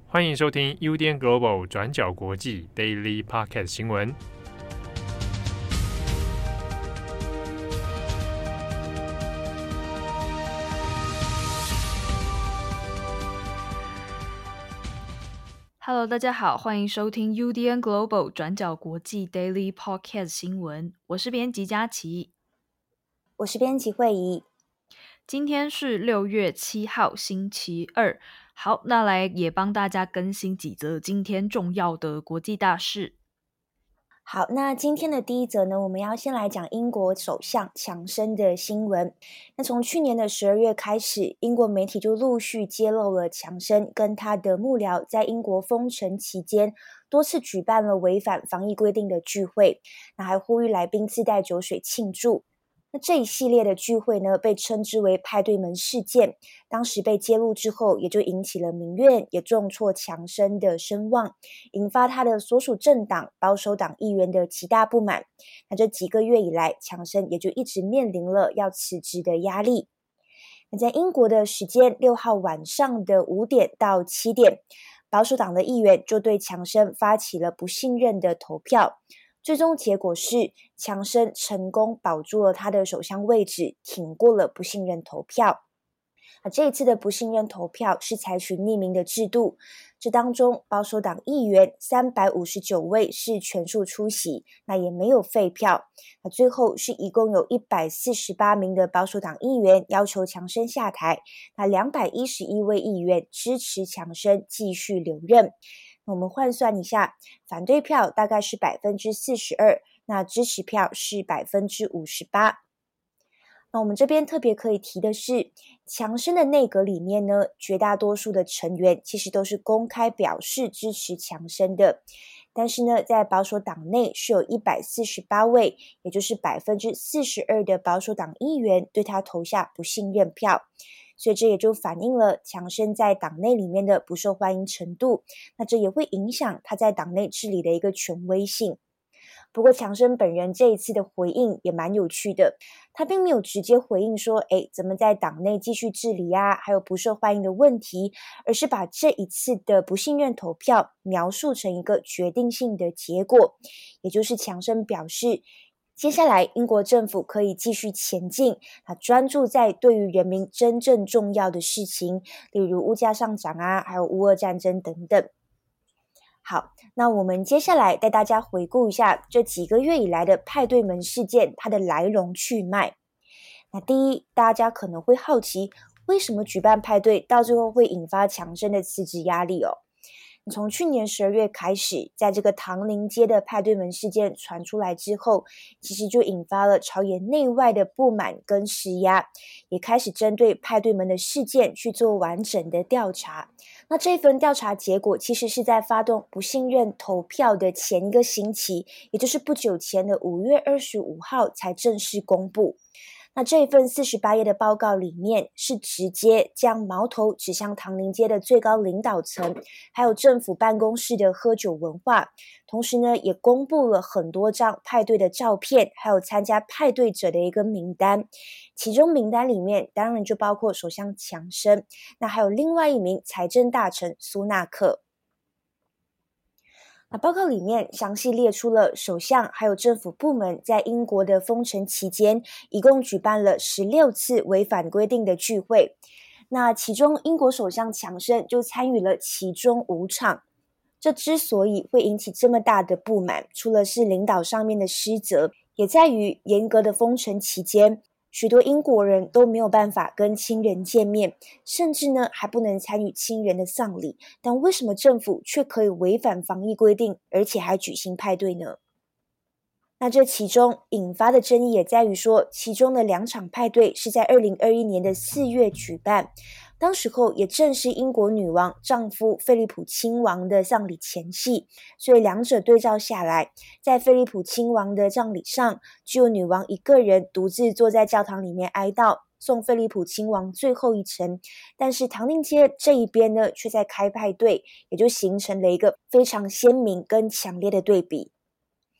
欢迎收听 UDN Global 转角国际 Daily Podcast 新闻。 Hello， 大家好，欢迎收听 UDN Global 转角国际 Daily Podcast 新闻。我是编辑佳琪， 我是编辑慧仪。 今天是6月7号，星期二。好，那来也帮大家更新几则今天重要的国际大事。 好，那今天的第一则呢，我们要先来讲英国首相强生的新闻。那从去年的12月开始，英国媒体就陆续揭露了强生跟他的幕僚在英国封城期间多次举办了违反防疫规定的聚会，那还呼吁来宾自带酒水庆祝。那这一系列的聚会呢，被称之为派对门事件。当时被揭露之后，也就引起了民怨，也重挫强生的声望，引发他的所属政党保守党议员的极大不满。那这几个月以来，强生也就一直面临了要辞职的压力。那在英国的时间6号晚上的5点到7点，保守党的议员就对强生发起了不信任的投票。最终结果是强生成功保住了他的首相位置，挺过了不信任投票。这一次的不信任投票是采取匿名的制度，这当中保守党议员359位是全数出席，那也没有废票。那最后是一共有148名的保守党议员要求强生下台，那211位议员支持强生继续留任。我们换算一下，反对票大概是 42%， 那支持票是 58%。那我们这边特别可以提的是，强生的内阁里面呢，绝大多数的成员其实都是公开表示支持强生的。但是呢，在保守党内是有148位，也就是 42% 的保守党议员对他投下不信任票。所以这也就反映了强生在党内里面的不受欢迎程度，那这也会影响他在党内治理的一个权威性。不过强生本人这一次的回应也蛮有趣的，他并没有直接回应说怎么在党内继续治理啊，还有不受欢迎的问题，而是把这一次的不信任投票描述成一个决定性的结果，也就是强生表示接下来英国政府可以继续前进，专注在对于人民真正重要的事情，例如物价上涨啊，还有乌俄战争等等。好，那我们接下来带大家回顾一下这几个月以来的派对门事件，它的来龙去脉。那第一，大家可能会好奇，为什么举办派对到最后会引发强生的辞职压力哦？从去年12月开始，在这个唐宁街的派对门事件传出来之后，其实就引发了朝野内外的不满跟施压，也开始针对派对门的事件去做完整的调查。那这份调查结果其实是在发动不信任投票的前一个星期，也就是不久前的5月25号才正式公布。那这份48页的报告里面是直接将矛头指向唐宁街的最高领导层，还有政府办公室的喝酒文化，同时呢也公布了很多张派对的照片，还有参加派对者的一个名单，其中名单里面当然就包括首相强生，那还有另外一名财政大臣苏纳克。那报告里面详细列出了首相还有政府部门在英国的封城期间一共举办了16次违反规定的聚会，那其中英国首相强生就参与了其中5场。这之所以会引起这么大的不满，除了是领导上面的失责，也在于严格的封城期间，许多英国人都没有办法跟亲人见面，甚至呢还不能参与亲人的丧礼，但为什么政府却可以违反防疫规定，而且还举行派对呢？那这其中引发的争议也在于说，其中的2场派对是在2021年的4月举办，当时候也正是英国女王丈夫菲利普亲王的葬礼前夕，所以两者对照下来，在菲利普亲王的葬礼上，只有女王一个人独自坐在教堂里面哀悼，送菲利普亲王最后一程，但是唐宁街这一边呢却在开派对，也就形成了一个非常鲜明跟强烈的对比。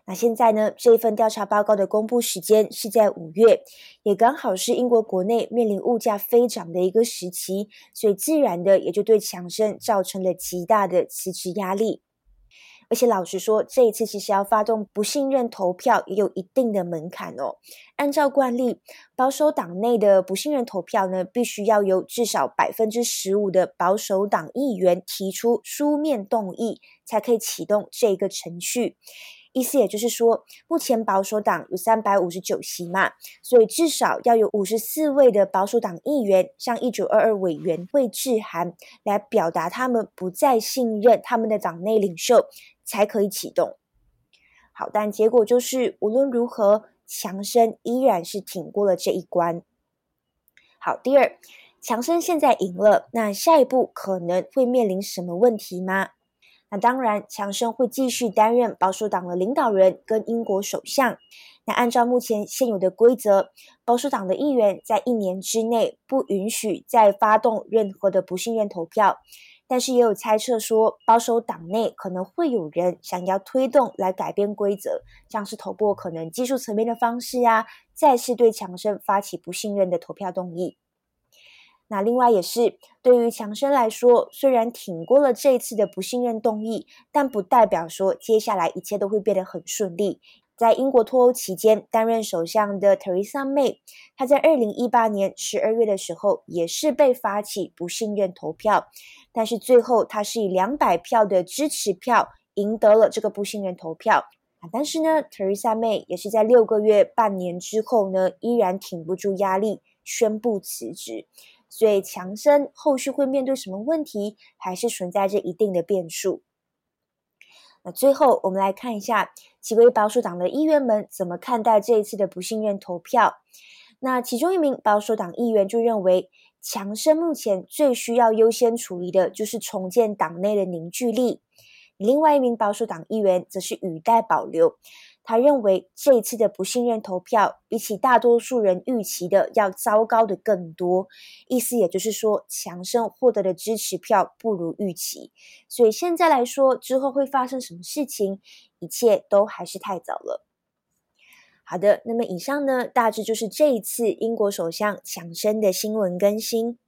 那现在呢，这一份调查报告的公布时间是在5月，也刚好是英国国内面临物价飞涨的一个时期，所以自然的也就对强生造成了极大的辞职压力。而且老实说，这一次其实要发动不信任投票也有一定的门槛哦。按照惯例，保守党内的不信任投票呢，必须要由至少15%的保守党议员提出书面动议，才可以启动这个程序。意思也就是说，目前保守党有359席嘛，所以至少要有54位的保守党议员向1922委员会致函，来表达他们不再信任他们的党内领袖，才可以启动。好，但结果就是无论如何，强生依然是挺过了这一关。好，第二，强生现在赢了，那下一步可能会面临什么问题吗？那当然，强生会继续担任保守党的领导人跟英国首相。那按照目前现有的规则，保守党的议员在1年之内不允许再发动任何的不信任投票。但是也有猜测说，保守党内可能会有人想要推动来改变规则，像是透过可能技术层面的方式啊，再次对强生发起不信任的投票动议。那另外也是对于强生来说，虽然挺过了这一次的不信任动议，但不代表说接下来一切都会变得很顺利。在英国脱欧期间担任首相的 Theresa May， 她在2018年12月的时候也是被发起不信任投票，但是最后她是以200票的支持票赢得了这个不信任投票。但是呢 Theresa May 也是在6个月半年之后呢，依然挺不住压力，宣布辞职。所以强生后续会面对什么问题，还是存在着一定的变数。那最后我们来看一下几位保守党的议员们怎么看待这一次的不信任投票。那其中一名保守党议员就认为，强生目前最需要优先处理的就是重建党内的凝聚力。另外一名保守党议员则是语带保留，他认为这一次的不信任投票比起大多数人预期的要糟糕的更多，意思也就是说强生获得的支持票不如预期，所以现在来说之后会发生什么事情，一切都还是太早了。好的，那么以上呢，大致就是这一次英国首相强生的新闻更新。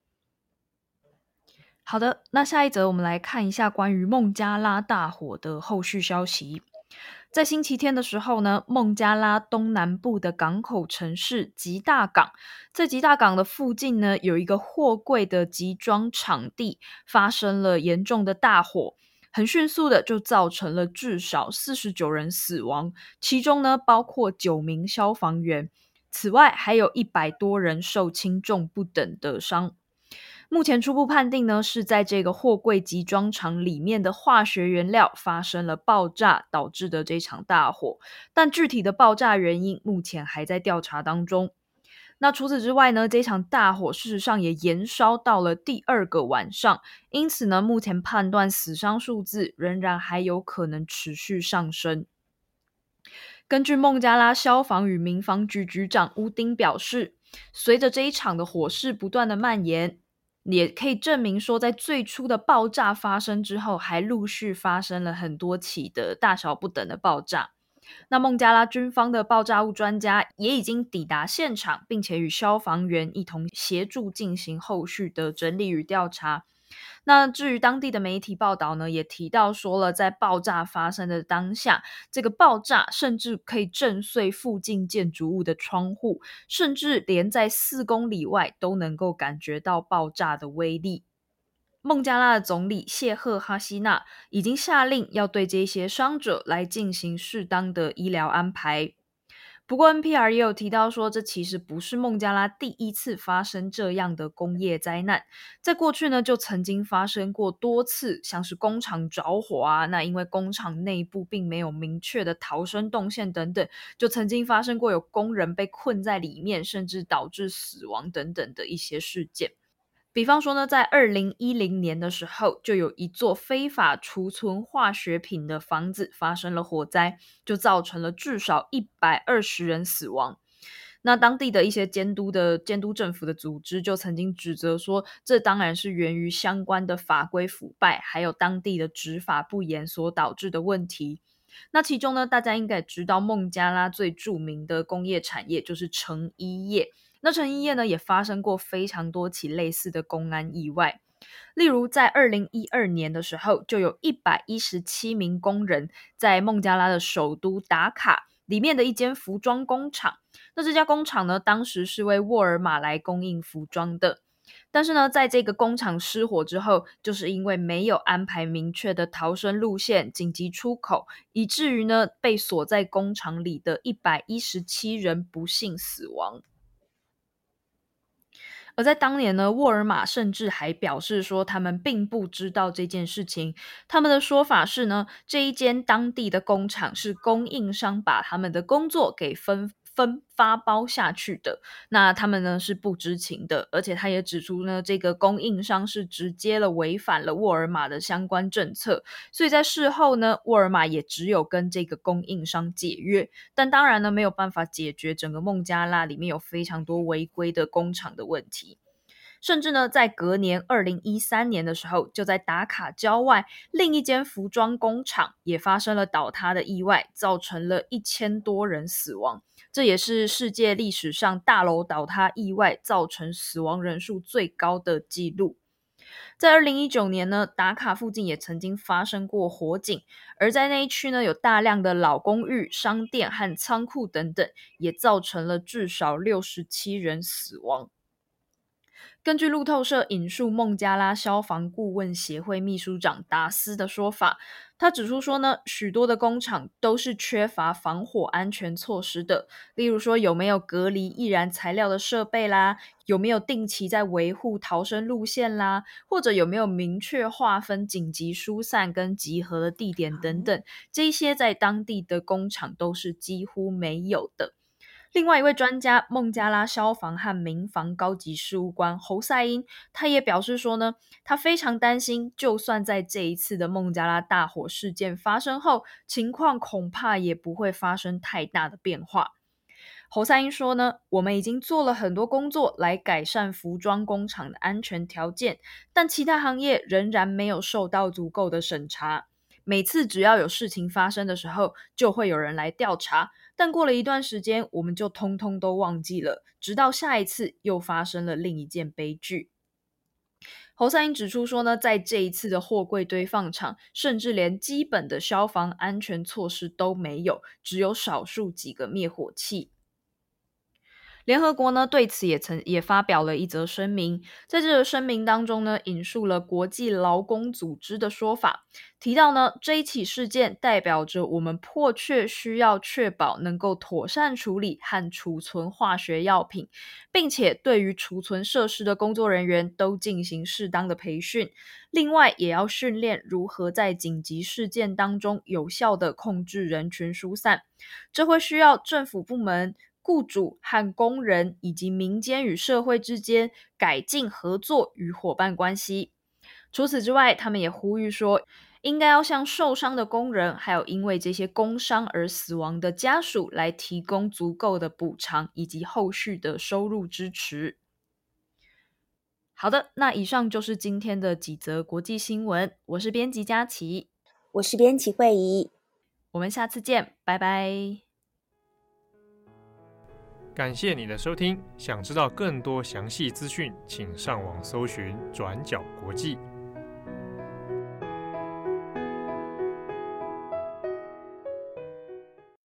好的，那下一则我们来看一下关于孟加拉大火的后续消息。在星期天的时候呢，孟加拉东南部的港口城市吉大港，在吉大港的附近呢，有一个货柜的集装场地发生了严重的大火，很迅速的就造成了至少49人死亡，其中呢包括9名消防员，此外还有100多人受轻重不等的伤。目前初步判定呢，是在这个货柜集装厂里面的化学原料发生了爆炸导致的这场大火，但具体的爆炸原因目前还在调查当中。那除此之外呢，这场大火事实上也延烧到了第2个晚上，因此呢，目前判断死伤数字仍然还有可能持续上升。根据孟加拉消防与民防局局长乌丁表示，随着这一场的火势不断的蔓延，也可以证明说在最初的爆炸发生之后，还陆续发生了很多起的大小不等的爆炸。那孟加拉军方的爆炸物专家也已经抵达现场，并且与消防员一同协助进行后续的整理与调查。那至于当地的媒体报道呢，也提到说了，在爆炸发生的当下，这个爆炸甚至可以震碎附近建筑物的窗户，甚至连在4公里外都能够感觉到爆炸的威力。孟加拉的总理谢赫哈希纳已经下令要对这些伤者来进行适当的医疗安排。不过 NPR 也有提到说，这其实不是孟加拉第一次发生这样的工业灾难，在过去呢就曾经发生过多次，像是工厂着火啊，那因为工厂内部并没有明确的逃生动线等等，就曾经发生过有工人被困在里面，甚至导致死亡等等的一些事件。比方说呢，在2010年的时候，就有一座非法储存化学品的房子发生了火灾，就造成了至少120人死亡。那当地的一些监督政府的组织就曾经指责说，这当然是源于相关的法规腐败，还有当地的执法不严所导致的问题。 那其中呢，大家应该知道孟加拉最著名的工业产业就是成衣业。那成衣业呢，也发生过非常多起类似的公安意外。例如在2012年的时候，就有117名工人在孟加拉的首都达卡里面的一间服装工厂。那这家工厂呢，当时是为沃尔玛来供应服装的。但是呢，在这个工厂失火之后，就是因为没有安排明确的逃生路线、紧急出口，以至于呢，被锁在工厂里的117人不幸死亡。而在当年呢，沃尔玛甚至还表示说他们并不知道这件事情。他们的说法是呢，这一间当地的工厂是供应商把他们的工作给分发包下去的，那他们呢是不知情的。而且他也指出呢，这个供应商是直接违反了沃尔玛的相关政策，所以在事后呢，沃尔玛也只有跟这个供应商解约，但当然呢，没有办法解决整个孟加拉里面有非常多违规的工厂的问题。甚至呢，在隔年2013年的时候，就在达卡郊外另一间服装工厂也发生了倒塌的意外，造成了1000多人死亡。这也是世界历史上大楼倒塌意外造成死亡人数最高的纪录。在2019年呢，达卡附近也曾经发生过火警，而在那一区呢，有大量的老公寓、商店和仓库等等，也造成了至少67人死亡。根据路透社引述孟加拉消防顾问协会秘书长达斯的说法，他指出说呢，许多的工厂都是缺乏防火安全措施的，例如说有没有隔离易燃材料的设备啦，有没有定期在维护逃生路线啦，或者有没有明确划分紧急疏散跟集合的地点等等，这些在当地的工厂都是几乎没有的。另外一位专家，孟加拉消防和民防高级事务官侯赛因，他也表示说呢，他非常担心，就算在这一次的孟加拉大火事件发生后，情况恐怕也不会发生太大的变化。侯赛因说呢，我们已经做了很多工作来改善服装工厂的安全条件，但其他行业仍然没有受到足够的审查。每次只要有事情发生的时候，就会有人来调查，但过了一段时间，我们就通通都忘记了，直到下一次又发生了另一件悲剧。侯赛因指出说呢，在这一次的货柜堆放场，甚至连基本的消防安全措施都没有，只有少数几个灭火器。联合国呢对此也发表了一则声明，在这个声明当中呢，引述了国际劳工组织的说法，提到呢，这一起事件代表着我们迫切需要确保能够妥善处理和储存化学药品，并且对于储存设施的工作人员都进行适当的培训。另外，也要训练如何在紧急事件当中有效地控制人群疏散。这会需要政府部门、雇主和工人以及民间与社会之间改进合作与伙伴关系。除此之外，他们也呼吁说，应该要向受伤的工人还有因为这些工伤而死亡的家属来提供足够的补偿以及后续的收入支持。好的，那以上就是今天的几则国际新闻，我是编辑佳琪， 我是编辑慧仪， 我们下次见，拜拜。 感谢你的收听，想知道更多详细资讯，请上网搜寻转角国际。